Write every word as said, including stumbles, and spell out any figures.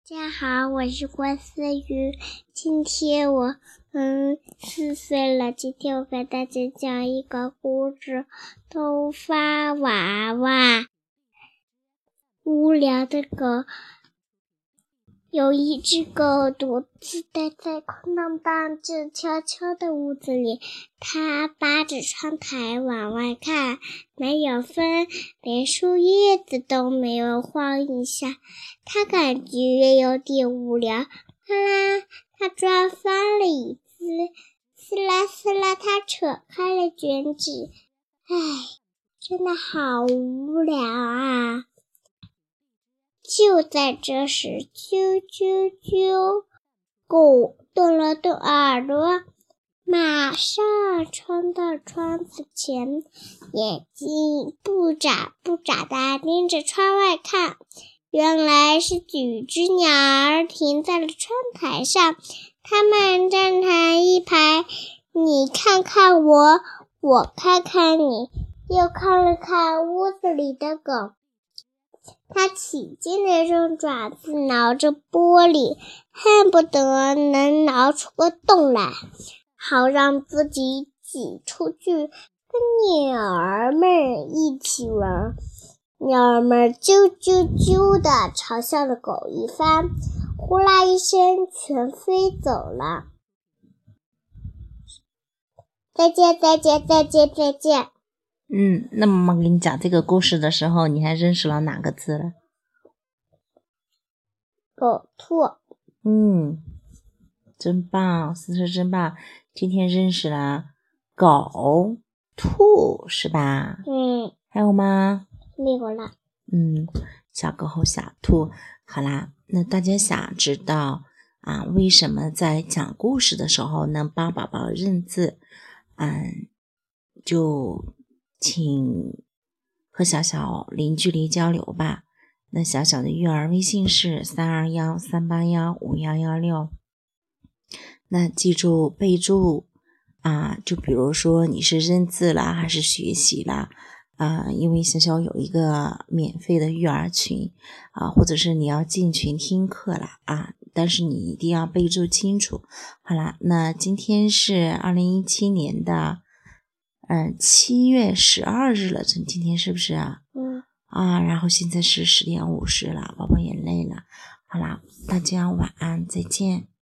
大家好，我是郭思雨。今天我嗯四岁了，今天我给大家讲一个故事：头发娃娃。无聊的狗，有一只狗独自待在空荡荡、静悄悄的屋子里，它扒着窗台往外看，没有风，连树叶子都没有晃一下。它感觉有点无聊，哗啦，它抓翻了椅子，撕拉撕拉，它扯开了卷纸。唉，真的好无聊啊！就在这时，啾啾啾，狗动了动耳朵，马上冲到窗子前，眼睛不眨不眨地盯着窗外看。原来是几只鸟儿停在了窗台上，它们站成一排，你看看我，我看看你，又看了看屋子里的狗。它起劲地用爪子挠着玻璃，恨不得能挠出个洞来，好让自己挤出去跟鸟儿们一起玩。鸟儿们啾啾啾地嘲笑了狗一番，呼啦一声全飞走了。再见再见再见再见。 嗯，那妈妈给你讲这个故事的时候，你还认识了哪个字了？ 狗兔。 嗯，真棒，思思真棒。今天认识了狗兔是吧？ 嗯， 还有吗？ 没有了。 嗯，小狗和小兔。好啦，那大家想知道啊，为什么在讲故事的时候能帮宝宝认字？嗯，就请和小小零距离交流吧。那小小的育儿微信是三二幺三八幺五幺幺六。那记住备注啊，就比如说你是认字啦，还是学习啦啊？因为小小有一个免费的育儿群啊，或者是你要进群听课啦啊，但是你一定要备注清楚。好啦，那今天是二零一七年的嗯七月十二日了，今天是不是啊？ 嗯啊，然后现在是十点五十了，宝宝也累了。好啦，大家晚安，再见。